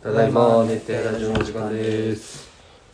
ただいま熱帯ラジオの時間です。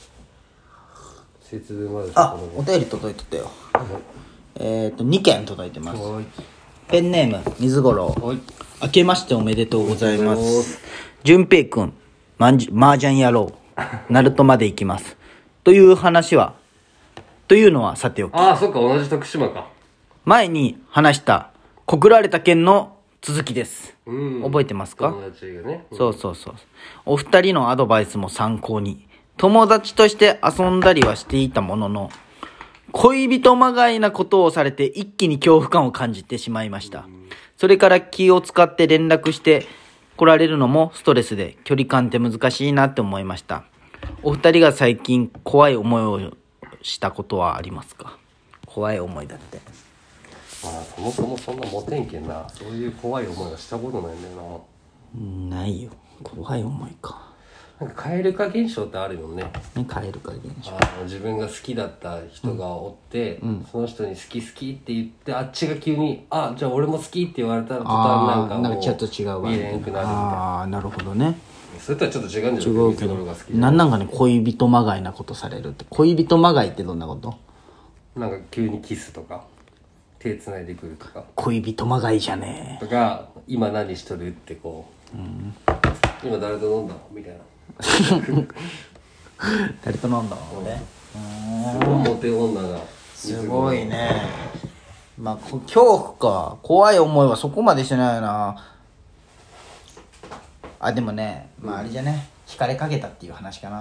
節分までお便り届いてたよ。2件届いてます。ペンネーム水五郎。明けましておめでとうございます。淳平くん麻雀やろうナルトまで行きますというのはさておき、 ああ、そっか、同じ徳島か。 前に話した告られた件の続きです。覚えてますか？ 友達がね、 そう。お二人のアドバイスも参考に友達として遊んだりはしていたものの、恋人まがいなことをされて一気に恐怖感を感じてしまいました。それから気を使って連絡して来られるのもストレスで、距離感って難しいなって思いました。お二人が最近怖い思いをしたことはありますか？怖い思いだって。 まあ、そもそもそんなモテんけんな。そういう怖い思いはしたことないんだよな。ないよ。怖い思いか。 なんか蛙化現象ってあるよね。 蛙化現象。 自分が好きだった人がおって、その人に好きって言って、あっちが急にじゃあ俺も好きって言われたら途端なんかちょっと違うわ見れんくなるみたいな。 なるほどね。 それとはちょっと違うんじゃない？ 違うけど、なんかね、恋人まがいなことされるって。恋人まがいってどんなこと？ なんか急にキスとか手つないでくるとか、 恋人まがいじゃねえとか、今何しとるってこう、今誰と飲んだみたいな誰と飲んだの俺。 すごいモテ女がすごいね。まあ恐怖か。怖い思いはそこまでしてないな。でもね、まああれじゃね、惹かれかけたっていう話かな。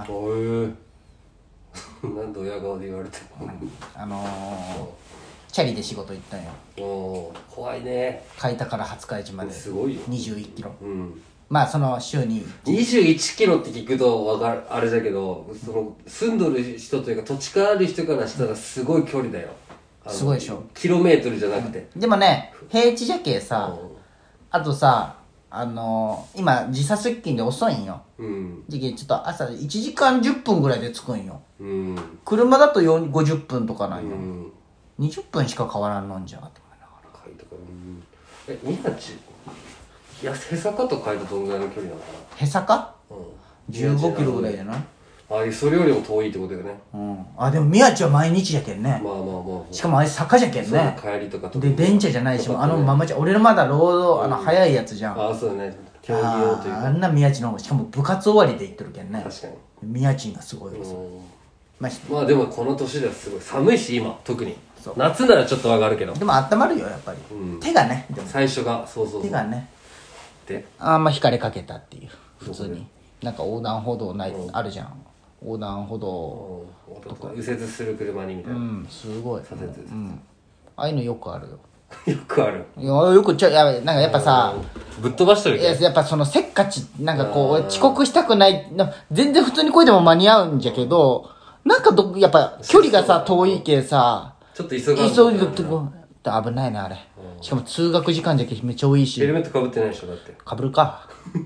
なんで親顔で言われてもチャリで仕事行ったんよ。怖いね。 海田から廿日市まですごいよ。 21キロ。まあその週に 21キロって聞くと分かるあれだけど、その住んどる人というか土地からある人からしたらすごい距離だよ。 すごいでしょ。 キロメートルじゃなくて、 でもね、平地じゃけさ、あとさ、今時差出勤で遅いんよ。じゃけちょっと朝1時間10分ぐらいで着くんよ。車だと50分とかなんよ。20分しか変わらんのんじゃって思いながら。 宮地、いや、へさかと海田どんぐらいの距離なのかな。 へさか？15キロぐらいじゃない？ それよりも遠いってことよね。 でも宮地は毎日やけんね。 まあしかもあれ坂じゃけんね。 帰りとかで電車じゃないし、ママ茶、俺のまだロード早いやつじゃん。 そうだね。競技用というか、 あんな宮地の方が、しかも部活終わりで行ってるけんね。 確かに宮地がすごいわ。 まあでもこの年ではすごい寒いし、今特に夏ならちょっと分かるけど、 でも温まるよやっぱり。手がね、 最初がそう手がねで惹かれかけたっていう。普通になんか横断歩道ないあるじゃん。横断歩道とか右折する車にみたいな。 すごい。 左折ああいうのよくあるよ。 よくある。 よくなんかやっぱさ、 ぶっ飛ばしとるけど、 やっぱそのせっかち、なんかこう遅刻したくない、全然普通にこいでも間に合うんじゃけど、なんかやっぱ距離がさ遠いけさ、 ちょっと急いでこう危ないねあれ。しかも通学時間じゃけめっちゃ多いし。 ヘルメットかぶってないでしょだって。 かぶるか。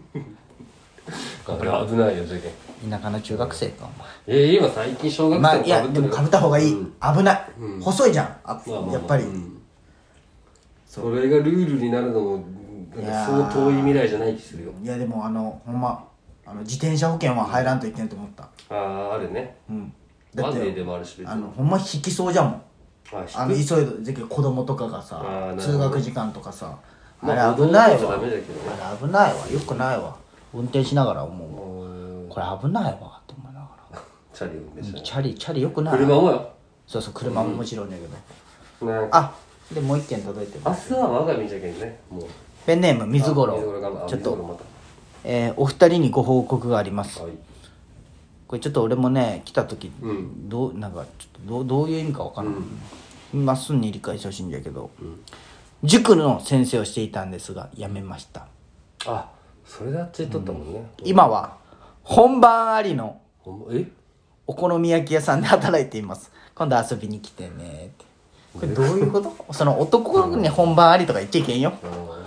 危ないよ、事件。 田舎の中学生かお前。 今最近小学生もいやでもかぶった方がいい。危ない。細いじゃん。やっぱり。 それがルールになるのもそう遠い未来じゃない気するよ。 いやでもほんま自転車保険は入らんといけんと思った。 あるね。 だってでもあるし別にほんま引きそうじゃもん。急いで子供とかがさ通学時間とかさ、あれ危ないわ。あれ危ないわ。よくないわ。運転しながら思う。これ危ないわって思いながら。 チャリ運転して。 チャリよくない。 車もよ。 そう車ももちろんだけど。でもう一件届いてます。 明日は我が身じゃけんね。もうペンネーム水五郎。ちょっとお二人にご報告があります。これちょっと俺もね来た時なんかちょっとどういう意味かわからない。まっすぐに理解してほしいんだけど、塾の先生をしていたんですが辞めました。 それだって言っとったもんね。 今は本番ありのお好み焼き屋さんで働いています。今度遊びに来てねって。これどういうこと？その男に本番ありとか言っちゃいけんよ。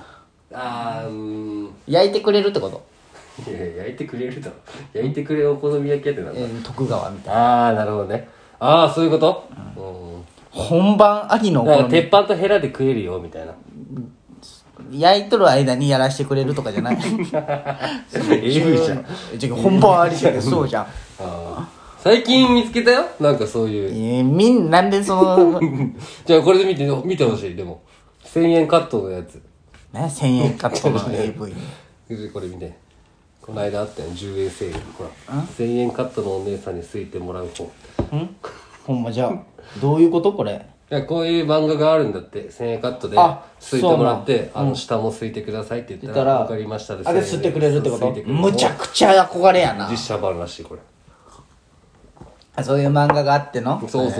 焼いてくれるってこと？ いや焼いてくれるだろ。焼いてくれるお好み焼き屋ってなんだ。 徳川みたいな。 なるほどね。そういうこと。 本番ありのお好み。 鉄板とヘラで食えるよみたいな。 焼いとる間にやらしてくれるとかじゃない AV じゃん。 本番ありじゃんそうじゃん最近見つけたよなんかそういうなんでそのじゃあこれで見てほしい。でも1000円カットのやつね1000円カットの AV これ見て。この間あったよ10円セール。ほら1000円カットのお姉さんにすいてもらう方。 ほんまじゃあどういうことこれ。 いやこういう漫画があるんだって。1000円カットですいてもらって下もすいてくださいって言ったら分かりましたであれ吸ってくれるってこと。 むむちゃくちゃ憧れやな。 実写版らしいこれ。 そういう漫画があっての。 そう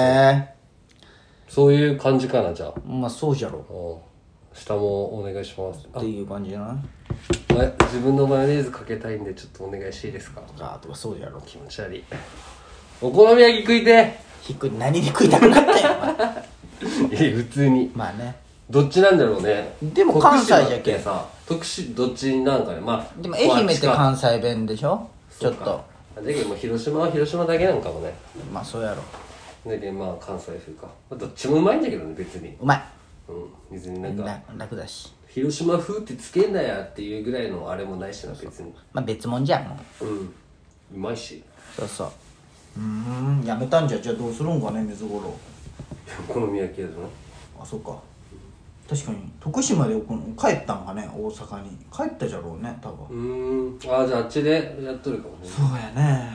そういう感じかな。じゃあまあそうじゃろ下もお願いしますっていう感じじゃない。 自分のマヨネーズかけたいんでちょっとお願いしていいですか。 とかそうじゃろ。 気持ち悪い。お好み焼き食いて何で食いたくなったよ普通にまあね。 どっちなんだろうね。 でも関西じゃけさ徳島どっちなんかね。まあでも愛媛って関西弁でしょちょっと。 だけどもう広島は広島だけなんかもね。 まあそうやろ。 だけどまあ関西風か。どっちもうまいんだけどね別に。 うまい。 別になんか楽だし。 広島風ってつけんなやっていうぐらいのあれもないしな別に。 まあ別もんじゃんもう。 うまいし。 そうそう。やめたんじゃ。じゃあどうするんかね水五郎。 お好み焼きやぞな。 あそうか。確かに徳島で帰ったんかね大阪に。帰ったじゃろうね多分。 じゃああっちでやっとるかもね。 そうやね。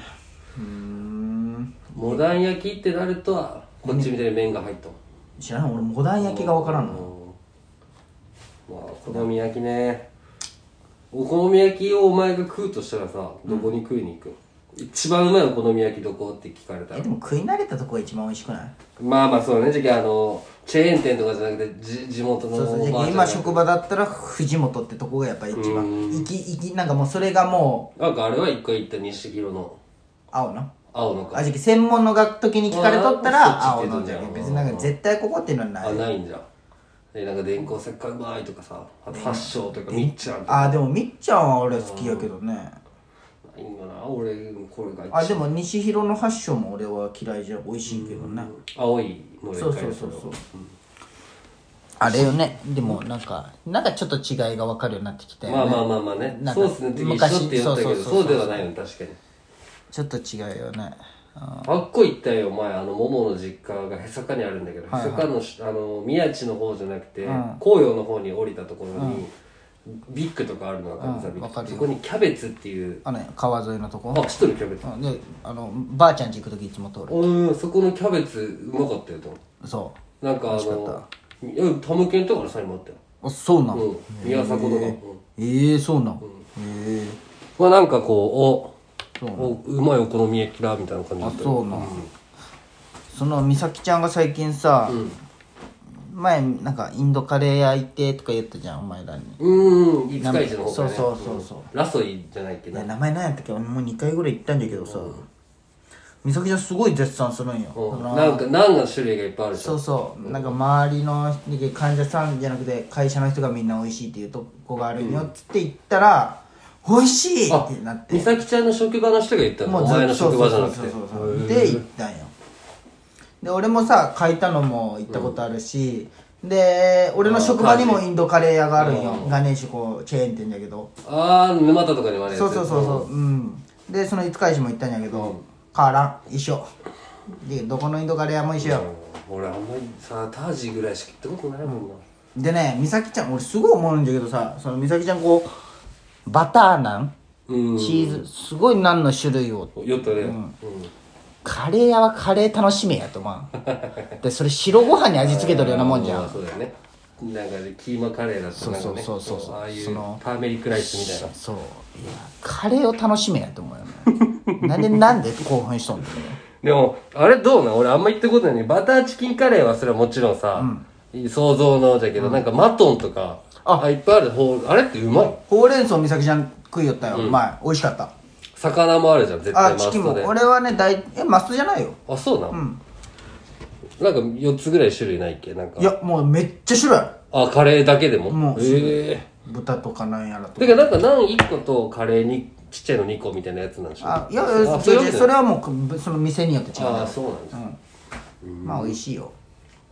モダン焼きってなるとこっちみたいに麺が入ったもん。 知らない俺モダン焼きが分からんの。 まあお好み焼きね。お好み焼きをお前が食うとしたらさどこに食いに行く。一番うまいお好み焼きどこって聞かれたら。 でも食い慣れたとこが一番美味しくない。 まあそうね。じゃあチェーン店とかじゃなくて地元の。 そう今職場だったら藤本ってとこがやっぱり一番なんかもうそれがもうなんかあれは一回行った西広の青のか専門の時に聞かれとったら青のじゃけ。別になんか絶対ここっていうのはない。 ないんじゃ。なんか電光石火うまいとかさ、あと発祥とかみっちゃんとか。 でもみっちゃんは俺好きやけどね。 いいんかな俺これがでも西広の発祥も俺は嫌いじゃ美味しいけどね。 青いのれそうあれよね。でもなんかちょっと違いが分かるようになってきたよね。 まあね。そうっすねって一緒って言ったけどそうではないの確かに。 ちょっと違うよね。 あっこ行ったよ前桃の実家がへさかにあるんだけど、へさかの宮地の方じゃなくて紅葉の方に降りたところにビッグとかあるのがそこにキャベツっていう川沿いのとこ。 知ってるキャベツ。 でばあちゃん家行く時いつも通る。 そこのキャベツうまかったよと。 そうなんかタムケンとかのサインもあったよ。 そうなん。 宮迫とか。 そうなん。 まあなんかうまいお好み焼きだみたいな感じだった。 そうなん。その美咲ちゃんが最近さ前なんかインドカレー屋行ってとか言ったじゃんお前らに。 五日市の方からね。そうラソイじゃないっけ。 名前何やったっけ。俺もう2回ぐらい行ったんだけどさ美咲ちゃんすごい絶賛するんよ。 なんか何の種類がいっぱいあるじゃん。 そうなんか周りの患者さんじゃなくて会社の人がみんな美味しいっていうとこがあるんよっつって言ったら美味しいってなって。 美咲ちゃんの職場の人が言ったの。お前の職場じゃなくて。 で行ったんよ。で俺もさ書いたのも行ったことあるし、で俺の職場にもインドカレー屋があるんよ。ガネーシュチェーン店だけど。 沼田とかにもあるやつ。 そうでその五日市も行ったんやけど変わらん一緒でどこのインドカレー屋も一緒よ。 俺あんまりさタージぐらいしか行ったことないもんな。 でね美咲ちゃん俺すごい思うんだけどさその美咲ちゃんバターナンチーズすごいナンの種類をよったね。 カレー屋はカレー楽しめやと思う。でそれ白ご飯に味付けとるようなもんじゃん。 そうだよね。なんかキーマカレーだったらなんかね。ああいうターメリックライスみたいな。 そういやカレーを楽しめやと思うよね。なんで興奮しとんだよ。 でもあれどうなん俺あんま言ったことないね。バターチキンカレーはそれはもちろんさ想像のじゃけどなんかマトンとかいっぱいあるあれってうまい。 ほうれん草美咲ちゃん食いよったよ前美味しかった。 魚もあるじゃん絶対マストで。 チキンも俺はねマストじゃないよ。 そうなの。なんか4つぐらい種類ないっけなんか。 いやもうめっちゃ種類ある。 カレーだけでも。 もう豚とかなんやらとか。 だからなんかナン1個とカレーにちっちゃいの2個みたいなやつなんでしょ。 いやそれはもうその店によって違う。 そうなんです。 まあ美味しいよ。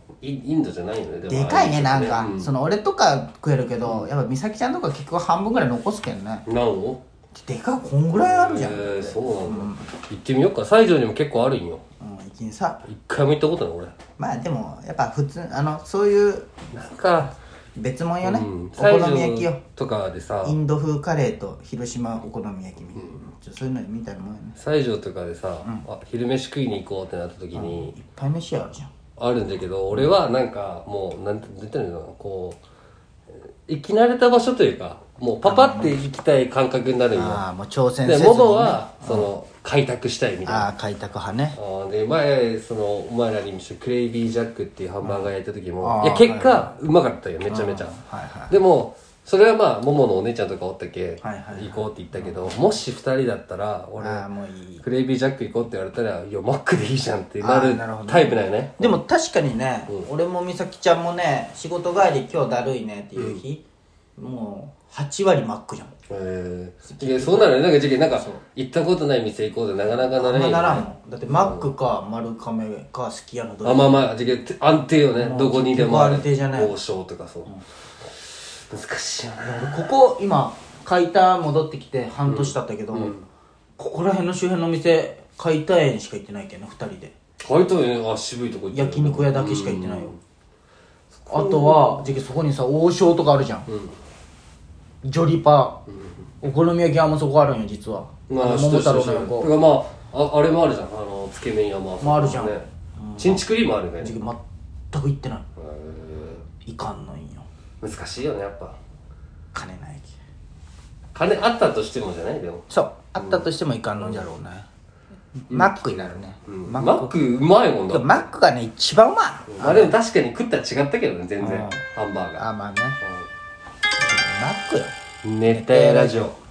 インドじゃないよね。 でかいね、なんか、その俺とか食えるけど、やっぱ美咲ちゃんとか結構半分ぐらい残すけんね。 何をでかい、こんぐらいあるじゃん。 そうなんだ、行ってみようか。西条にも結構あるんよ。 行きんさ。 一回も行ったことない俺。 まあでもやっぱ普通そういうなんか別もんよね、お好み焼きよとかでさ、 インド風カレーと広島お好み焼きみたいな、そういうのみたいなもんよね。 西条とかでさ、昼飯食いに行こうってなった時に、 いっぱい飯あるじゃん。 あるんだけど、俺はなんかもうなんて言ったらいいのかな、こう生き慣れた場所というか、もうパパって行きたい感覚になるんよ。 ああ、もう挑戦せずに、 で、モモはその開拓したいみたいな。 ああ、開拓派ね。 で、前そのお前らに見せたクレイビージャックっていうハンバーガーやった時も、いや結果うまかったよ、めちゃめちゃ。でもそれはまあモモのお姉ちゃんとかおったけ、行こうって言ったけど、もし2人だったら俺クレイビージャック行こうって言われたら、いやマックでいいじゃんってなるタイプだよね。 でも確かにね、俺も美咲ちゃんもね、仕事帰り今日だるいねっていう日、もう8割マックじゃん。 いやそうなのよ。なんか行ったことない店行こうでなかなかならないよね。 ならんもん。だってマックか丸亀かすき家のどれか。 まあまあ安定よね。どこにでもある。 安定じゃない。 王将とかそう。難しいよな。 ここ今海田戻ってきて半年経ったけど、ここら辺の周辺の店海田園しか行ってないけどね、2人で。 海田園、渋いとこ行ってる。 焼肉屋だけしか行ってないよ。あとはそこにさ王将とかあるじゃん、ジョリパ、お好み焼き屋もそこあるんよ実は。桃太郎の横。 だからまああれもあるじゃん、つけ麺屋もあるじゃん。 チンチクリームあるね。 全く行ってない。いかんのんよ。 難しいよねやっぱ。 金ないき。 金あったとしてもじゃない。でもそうあったとしてもいかんのんじゃろうね。マックになるね。 マックうまいもんだ。 マックがね一番うまい。 まあでも確かに食ったら違ったけどね、全然ハンバーガー。 まあね。マックよ。 熱帯ラジオ。